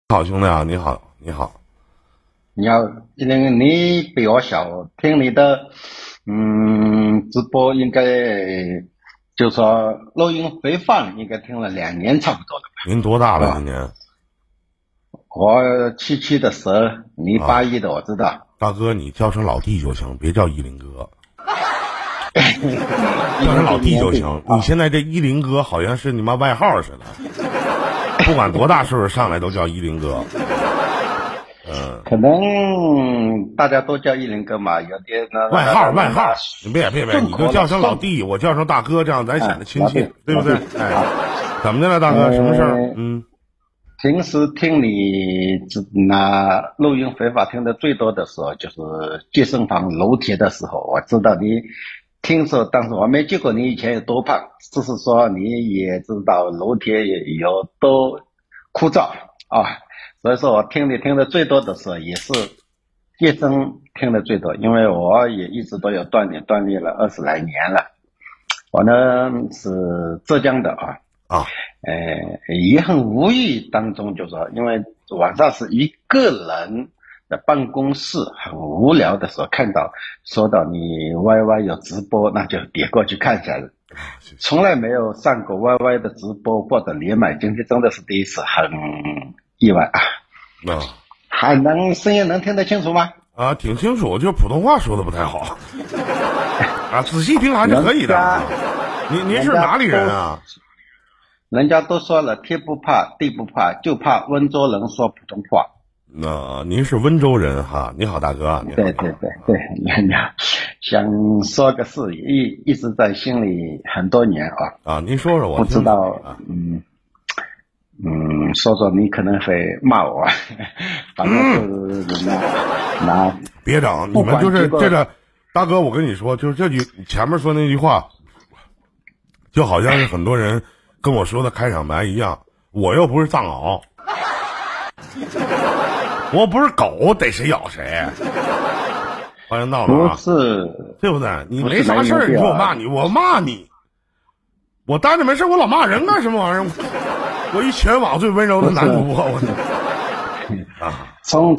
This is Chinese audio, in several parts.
好兄弟啊，你好，你好。 你好，今天你比我小，听你的直播应该就说录音回放应该听了2年差不多了吧？ 您多大了是吧？ 今年？ 我77的10，你啊， 81的，我知道。 大哥你叫声老弟就行，别叫依林哥。叫声老弟就行。你现在这依林哥好像是你妈外号似的，不管多大岁数上来都叫依林哥。 可能大家都叫依林哥嘛，有的呢外号，你别，你就叫声老弟，我叫声大哥，这样咱显得亲切，对不对？哎，怎么的了，大哥？什么事儿？ 平时听你录音回放听的最多的时候，就是健身房楼梯的时候。我知道你听说，但是我没见过你以前有多胖，只是说你也知道楼梯有多枯燥啊。所以说我听你听的最多的时候，也是健身听的最多，因为我也一直都有锻炼了20来年了。我呢是浙江的也很无意当中就说，因为晚上是一个人的办公室，很无聊的时候看到说到你 YY 有直播，那就点过去看一下。从来没有上过 YY 的直播或者连麦，今天真的是第一次，很意外啊！还声音能听得清楚吗？ 啊，挺清楚，就普通话说的不太好。啊，仔细听还是可以的。您是哪里人啊？ 人家都说了，天不怕地不怕，就怕温州人说普通话。 那您是温州人哈？你好，大哥。 对，你好，想说个事，一直在心里很多年啊。 啊，您说说我不知道，说说你可能会骂我，反正就是拿别整，你们就是这个，大哥，我跟你说，就是这句前面说那句话，就好像是很多人跟我说的开场白一样，我又不是藏獒，我不是狗，逮谁咬谁。欢迎闹了啊！ 不是， 对不对？你没啥事儿，你说我骂你，我骂你，我待着没事，我老骂人干什么玩意儿？我一全网最温柔的男主播，我啊！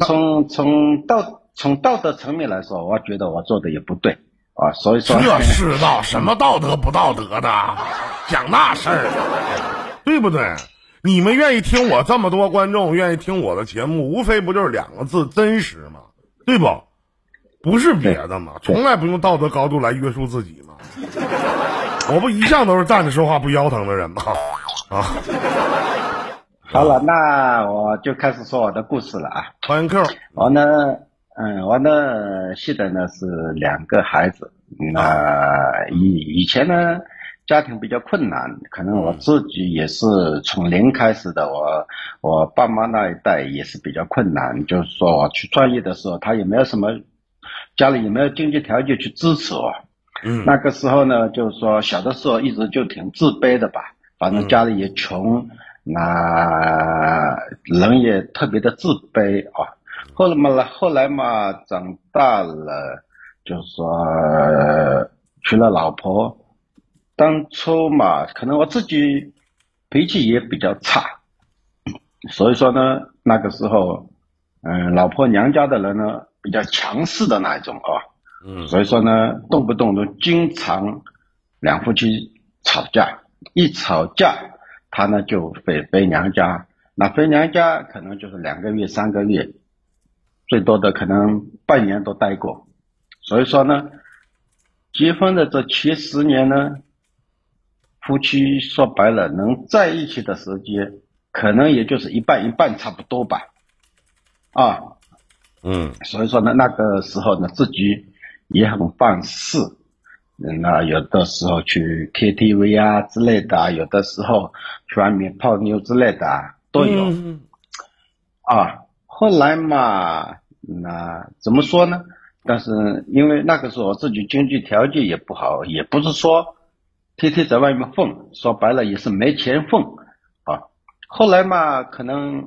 从道德层面来说，我觉得我做的也不对啊，所以说这世道什么道德不道德的，讲那事儿，对不对？你们愿意听我这么多观众愿意听我的节目，无非不就是2个字：真实嘛，对不？不是别的嘛，从来不用道德高度来约束自己嘛。我不一向都是站着说话不腰疼的人吗？啊， 好了，那我就开始说我的故事了啊。 欢迎 Q。 我呢现在呢是2个孩子，以前呢家庭比较困难，可能我自己也是从零开始的，我爸妈那一代也是比较困难，就是说我去创业的时候，他也没有什么，家里也没有经济条件去支持我。那个时候呢，就是说小的时候一直就挺自卑的吧，反正家里也穷，人也特别的自卑啊。后来嘛，长大了，就是说娶了老婆。当初嘛，可能我自己脾气也比较差，所以说呢，那个时候，老婆娘家的人呢比较强势的那一种啊。所以说呢，动不动都经常2夫妻吵架，一吵架，他呢就回娘家，那回娘家可能就是2个月、3个月，最多的可能半年都待过。所以说呢，结婚的这前10年呢，夫妻说白了能在一起的时间，可能也就是一半一半差不多吧，所以说呢，那个时候呢，自己也很放肆，那有的时候去 KTV 啊之类的，有的时候去外面泡妞之类的都有。后来嘛，那怎么说呢？但是因为那个时候我自己经济条件也不好，也不是说天天在外面混，说白了也是没钱混啊。后来嘛，可能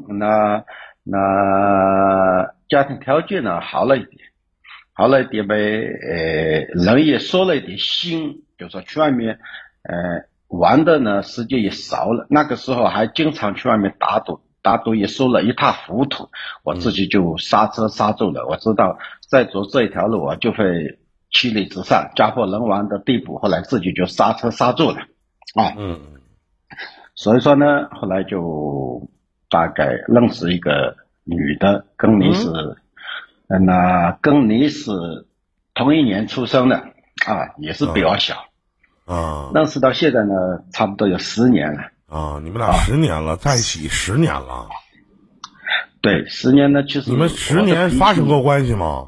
家庭条件呢好了一点呗，人也收了一点心，就说去外面玩的呢时间也少了。那个时候还经常去外面打赌， 大赌也输了一塌糊涂，我自己就刹车刹住了。我知道再走这一条路我就会妻离子散、家破人亡的地步，后来自己就刹车刹住了啊。所以说呢，后来就大概认识一个女的，跟你是跟你是同一年出生的啊，也是比我小啊。 认识到现在呢，差不多有10年了啊。你们俩10年了，在一起10年了。 对，10年呢，其实你们10年发生过关系吗？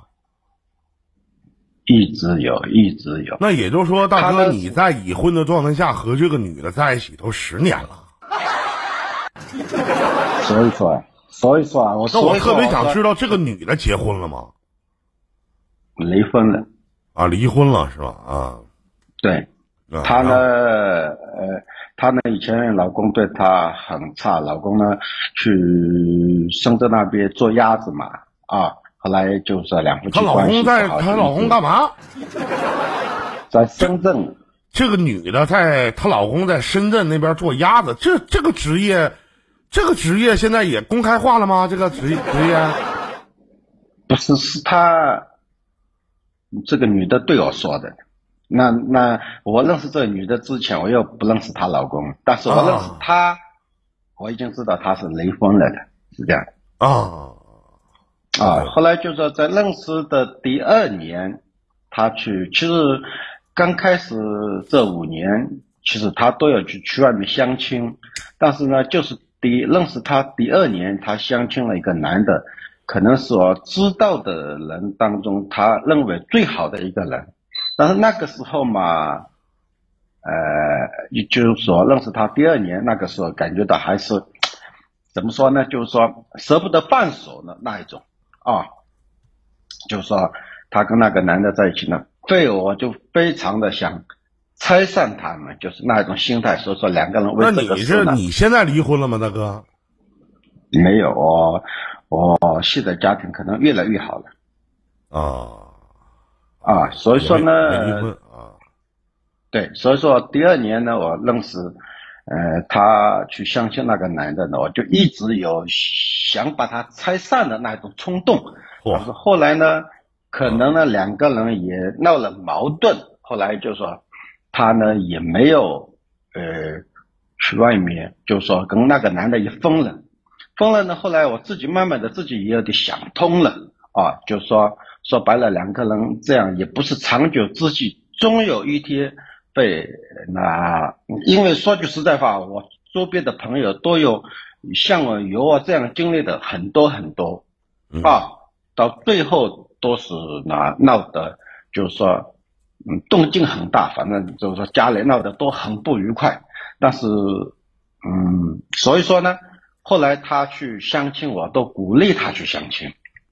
一直有。 那也就是说，大哥，你在已婚的状态下和这个女的在一起都10年了。 所以说啊，我特别想知道这个女的结婚了吗？ 离婚了。 啊，离婚了是吧？啊， 对。她呢以前老公对她很差，老公呢去深圳那边做鸭子嘛啊，后来就是两夫妻关系不好。 她老公干嘛？ 在深圳。 这个女的她老公在深圳那边做鸭子，这个职业现在也公开化了吗？这个职业不是，是她这个女的对我说的。那我认识这个女的之前，我又不认识她老公，但是我认识她，我已经知道她是离婚了的，是这样后来就说在认识的第2年，她其实刚开始这5年，其实她都有去外面相亲，但是呢，就是认识她第2年，她相亲了一个男的，可能是我知道的人当中，她认为最好的一个人。但是那个时候嘛，也就是说认识他第2年，那个时候感觉到还是怎么说呢？就是说舍不得放手的那一种就是说他跟那个男的在一起呢，对我就非常的想拆散他们，就是那一种心态。所以说两个人为这个事呢。 那你现在离婚了吗，大哥？ 没有，我现在家庭可能越来越好了所以说呢，对，所以说第2年呢，我认识，他去相亲那个男的呢，我就一直有想把他拆散的那种冲动。但是后来呢，可能呢两个人也闹了矛盾，后来就说他呢也没有去外面，就说跟那个男的也分了呢。后来我自己慢慢的自己也有点想通了就说白了，两个人这样也不是长久之计，终有一天被因为说句实在话，我周边的朋友都有像我这样经历的很多到最后都是闹得就是说动静很大，反正就是说家里闹得都很不愉快。但是所以说呢，后来他去相亲，我都鼓励他去相亲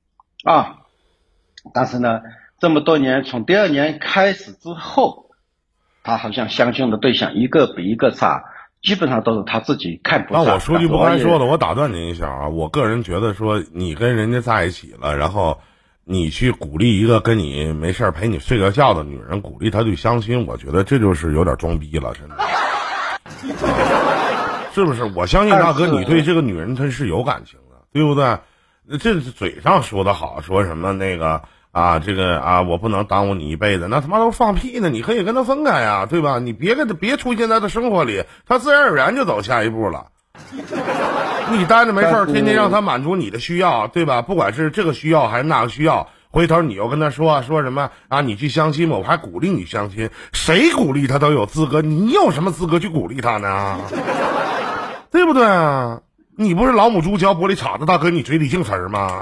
但是呢，这么多年，从第2年开始之后，他好像相亲的对象一个比一个差，基本上都是他自己看不上。 那我说句不该说的，我打断您一下我个人觉得说，你跟人家在一起了，然后你去鼓励一个跟你没事陪你睡个觉的女人，鼓励她去相亲，我觉得这就是有点装逼了，真的。是不是？我相信大哥，你对这个女人她是有感情的，对不对？这是嘴上说的好，说什么那个我不能耽误你一辈子，那他妈都放屁呢！你可以跟他分开呀，对吧？你别出现在他生活里，他自然而然就走下一步了。你待着没事天天让他满足你的需要，对吧？不管是这个需要还是那个需要，回头你又跟他说什么你去相亲吧，我还鼓励你相亲，谁鼓励他都有资格，你有什么资格去鼓励他呢？对不对？你不是老母猪嚼玻璃碴子，大哥，你嘴里净词儿吗？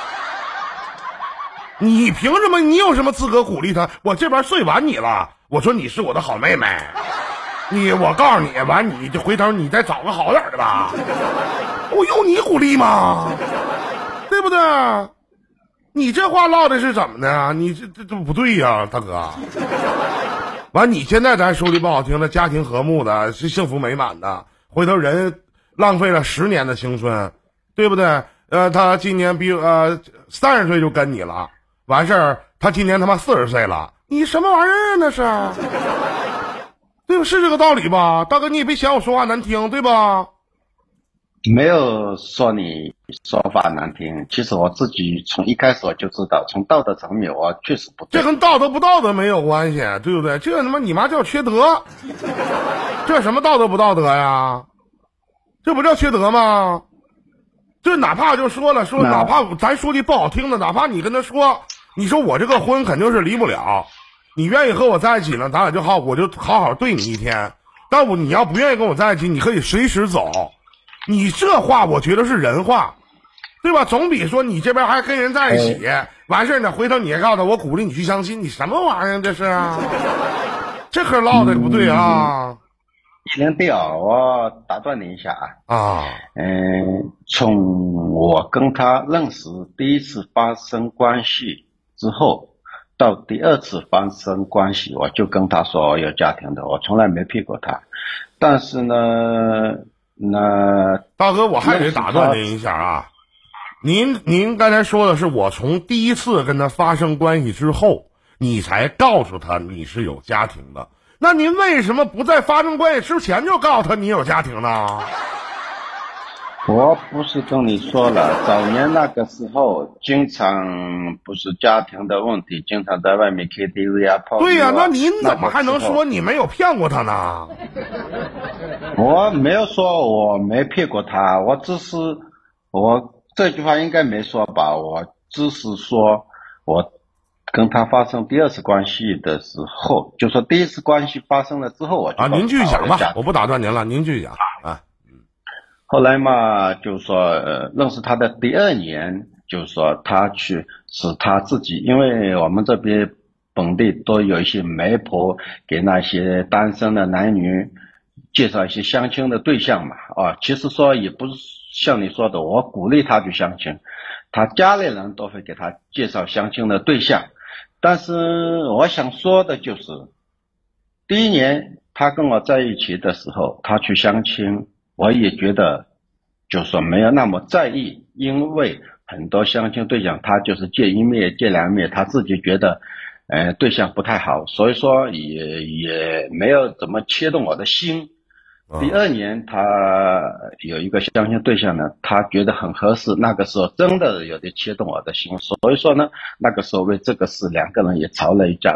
你凭什么？你有什么资格鼓励他？我这边睡完你了，我说你是我的好妹妹，我告诉你，完你就回头你再找个好点的吧。我用你鼓励吗？对不对？你这话唠的是怎么的？你这不对呀，大哥。完，你现在咱说的不好听的，家庭和睦的，是幸福美满的，回头人浪费了10年的青春，对不对？他今年比30岁就跟你了，完事儿他今年他妈40岁了，你什么玩意儿那是？对吧？是这个道理吧？大哥，你也别嫌我说话难听，对吧？ 没有说你说话难听，其实我自己从一开始我就知道，从道德层面我确实不对。 这跟道德不道德没有关系，对不对？这他妈你妈叫缺德，这什么道德不道德呀？这不叫缺德吗？这哪怕就说了，说哪怕咱说句不好听的，哪怕你跟他说，你说我这个婚肯定是离不了，你愿意和我在一起呢，咱俩就好，我就好好对你一天。但你要不愿意跟我在一起，你可以随时走。你这话我觉得是人话，对吧？总比说你这边还跟人在一起，完事呢，回头你还告诉他我鼓励你去相亲，你什么玩意儿这是啊？这嗑唠的不对啊！ 林弟啊，我打断你一下啊。 从我跟他认识第一次发生关系之后，到第二次发生关系，我就跟他说我有家庭的，我从来没骗过他。但是呢， 大哥，我还得打断您一下啊！您刚才说的是我从第一次跟他发生关系之后，你才告诉他你是有家庭的。那您为什么不在发生关系之前就告诉他你有家庭呢？ 我不是跟你说了，早年那个时候经常不是家庭的问题，经常在外面 KTV 啊泡。 对呀，那您怎么还能说你没有骗过他呢？ 我没有说我没骗过他，我这句话应该没说吧，我只是说我跟他发生第二次关系的时候，就说第一次关系发生了之后，我就您继续讲吧，我不打断您了，您继续讲啊。 后来嘛，就是说，认识他的第二年，就是说是他自己，因为我们这边本地都有一些媒婆给那些单身的男女介绍一些相亲的对象嘛，其实说也不是像你说的，我鼓励他去相亲，他家里人都会给他介绍相亲的对象，但是我想说的就是，第一年他跟我在一起的时候，他去相亲。我也觉得，就是说没有那么在意，因为很多相亲对象他就是见一面见两面，他自己觉得，对象不太好，所以说也没有怎么切动我的心。第二年他有一个相亲对象呢，他觉得很合适，那个时候真的有点切动我的心，所以说呢，那个时候为这个事两个人也吵了一架，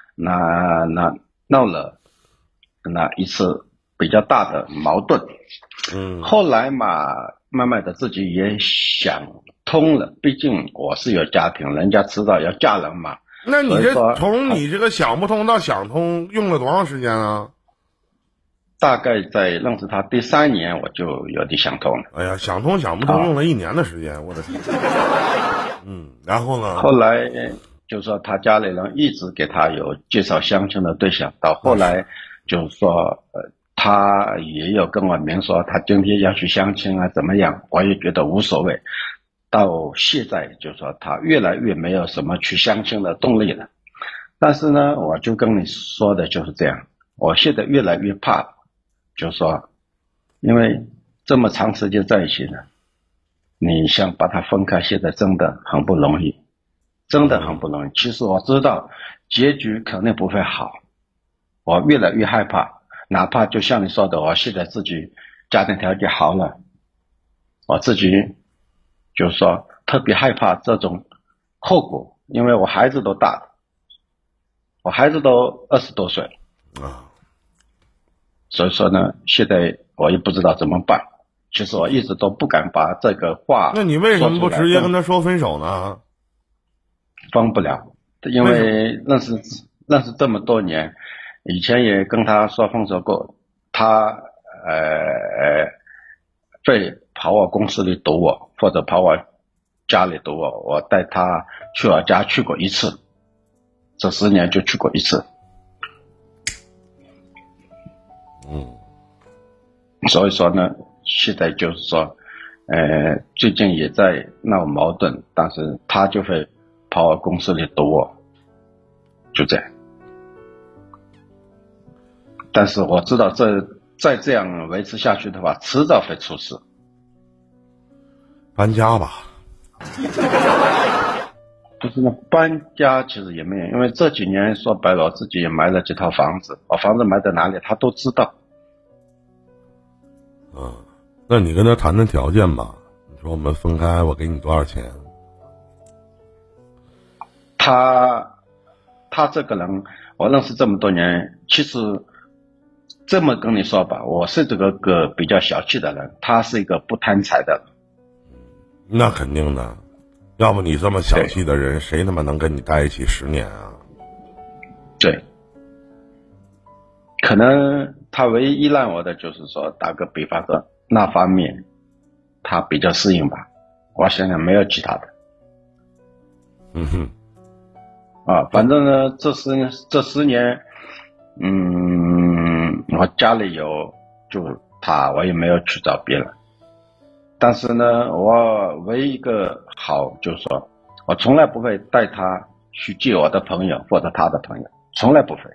闹了那一次比较大的矛盾。后来嘛，慢慢的自己也想通了，毕竟我是有家庭，人家迟早要嫁人嘛。 那你这从你这个想不通到想通用了多长时间啊？ 大概在认识他第3年，我就有点想通了。 哎呀，想通想不通用了1年的时间，我的天。然后呢？ 后来就是说他家里人一直给他有介绍相亲的对象，到后来就是说他也有跟我明说他今天要去相亲啊怎么样，我也觉得无所谓。到现在就是说他越来越没有什么去相亲的动力了。但是呢，我就跟你说的就是这样，我现在越来越怕，就是说因为这么长时间在一起了，你想把它分开，现在真的很不容易，真的很不容易。其实我知道结局肯定不会好，我越来越害怕。哪怕就像你说的，我现在自己家庭条件好了，我自己就是说特别害怕这种后果，因为我孩子都大了，我孩子都20多岁了所以说呢，现在我也不知道怎么办。其实我一直都不敢把这个话。 那你为什么不直接跟他说分手呢？ 分不了，因为认识这么多年，以前也跟他说分手过，他会跑我公司里堵我，或者跑我家里堵我，我带他去我家去过一次，这10年就去过一次。所以说呢，现在就是说最近也在闹矛盾，但是他就会跑我公司里堵我，就这样。但是我知道再这样维持下去的话，迟早会出事。 搬家吧。 不是呢，搬家其实也没有，因为这几年说白了，我自己也买了几套房子，我房子买在哪里他都知道。 那你跟他谈谈条件吧，你说我们分开，我给你多少钱？ 他这个人，我认识这么多年，其实这么跟你说吧，我是这个比较小气的人，他是一个不贪财的人。 那肯定的，要不你这么小气的人，谁他妈能跟你在一起10年啊？ 对，可能他唯一依赖我的就是说，打个比方说那方面，他比较适应吧。我想想没有其他的。 嗯哼。 反正呢，这10年，我家里有就他，我也没有去找别人。但是呢，我唯一一个好就是说，我从来不会带他去见我的朋友或者他的朋友，从来不会。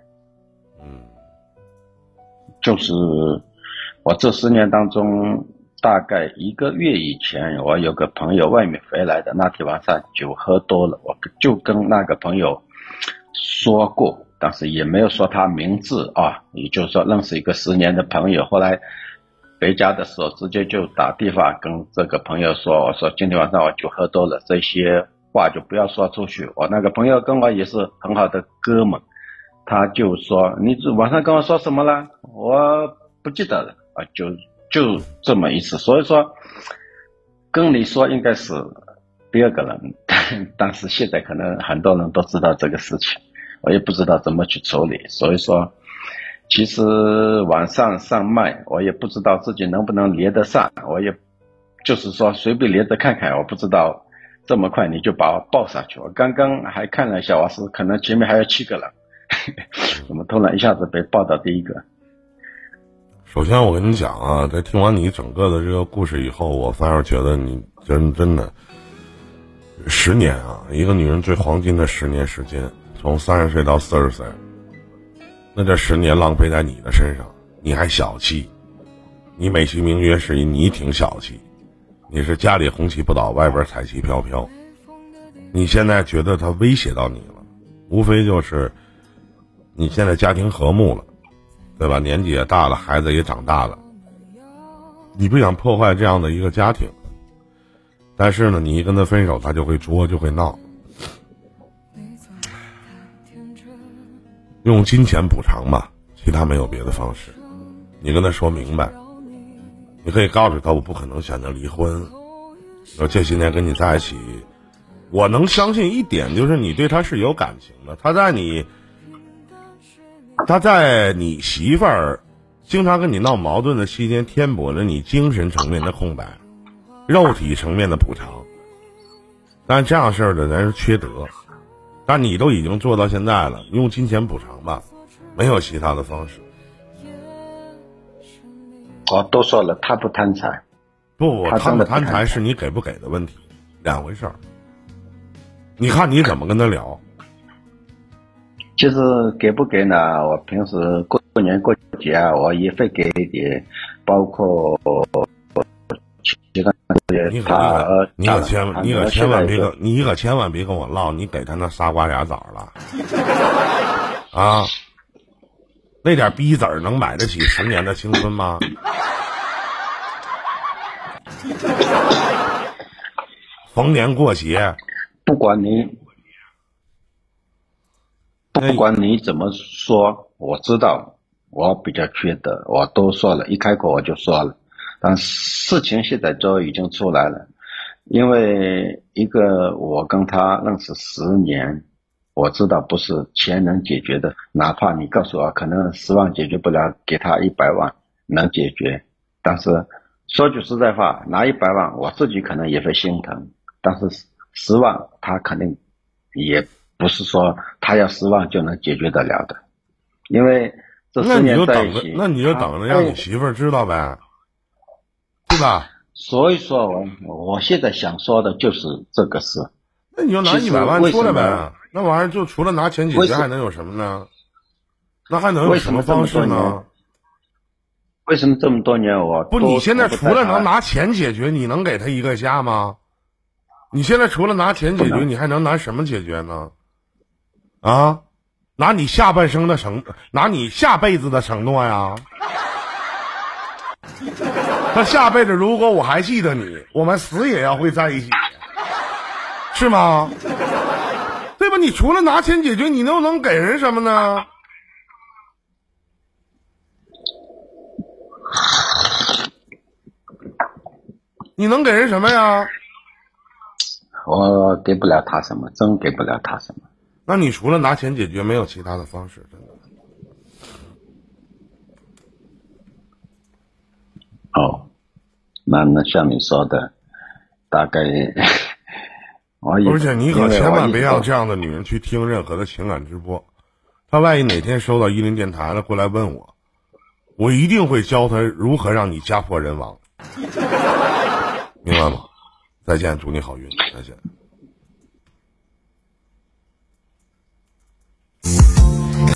就是我这10年当中，大概1个月以前，我有个朋友外面回来的，那天晚上酒喝多了，我就跟那个朋友说过，但是也没有说他名字啊，也就是说认识一个10年的朋友。后来回家的时候，直接就打电话跟这个朋友说，我说今天晚上我酒喝多了，这些话就不要说出去。我那个朋友跟我也是很好的哥们，他就说你晚上跟我说什么了？我不记得了啊，就这么一次。所以说跟你说应该是第2个人，但是现在可能很多人都知道这个事情，我也不知道怎么去处理。所以说其实晚上上麦我也不知道自己能不能连得上，我也就是说随便连着看看，我不知道这么快你就把我抱上去。我刚刚还看了一下，我是可能前面还有7个人，怎么突然一下子被抱到第1个。 首先我跟你讲啊，在听完你整个的这个故事以后，我反而觉得你真的10年啊，一个女人最黄金的10年时间，从30岁到40岁，那这10年浪费在你的身上，你还小气，你美其名曰是你挺小气，你是家里红旗不倒，外边彩旗飘飘。你现在觉得他威胁到你了，无非就是你现在家庭和睦了，对吧？年纪也大了，孩子也长大了，你不想破坏这样的一个家庭，但是呢，你一跟他分手，他就会作，就会闹。用金钱补偿吧，其他没有别的方式。你跟他说明白，你可以告诉他，我不可能选择离婚，我这些年跟你在一起，我能相信一点，就是你对他是有感情的。他在你媳妇儿经常跟你闹矛盾的期间，填补了你精神层面的空白，肉体层面的补偿。但这样事儿的人是缺德，但你都已经做到现在了，用金钱补偿吧，没有其他的方式。 我都说了，他不贪财。 不，他不贪财是你给不给的问题，两回事儿。你看你怎么跟他聊？ 其实给不给呢？我平时过年过节啊，我也会给一点，包括其他你可千万别跟我唠，你给他那仨瓜俩枣了啊！那点逼子儿能买得起10年的青春吗？逢年过节， 不管你怎么说，我知道我比较缺德，我都说了，一开口我就说了。但事情现在都已经出来了，因为一个我跟他认识10年，我知道不是钱能解决的，哪怕你告诉我可能10万解决不了，给他100万能解决。但是说句实在话，拿100万我自己可能也会心疼，但是10万他肯定也不是说他要10万就能解决得了的，因为这10年在一起， 那你就等着让你媳妇儿知道呗，对吧？ 所以说我现在想说的就是这个事。 那你就拿100万出来呗，那玩意儿就除了拿钱解决还能有什么呢？那还能有什么方式呢？ 为什么这么多年你现在除了能拿钱解决，你能给他一个家吗？你现在除了拿钱解决，你还能拿什么解决呢？啊，拿你下辈子的承诺呀？ 那下辈子如果我还记得你，我们死也要会在一起，是吗？对吧？你除了拿钱解决，你又能给人什么呢？你能给人什么呀？ 我给不了他什么，真给不了他什么。 那你除了拿钱解决，没有其他的方式，真的。 哦，那像你说的，大概而且你可千万别让这样的女人去听任何的情感直播，她万一哪天收到10电台了过来问我，我一定会教她如何让你家破人亡，明白吗？再见，祝你好运，再见。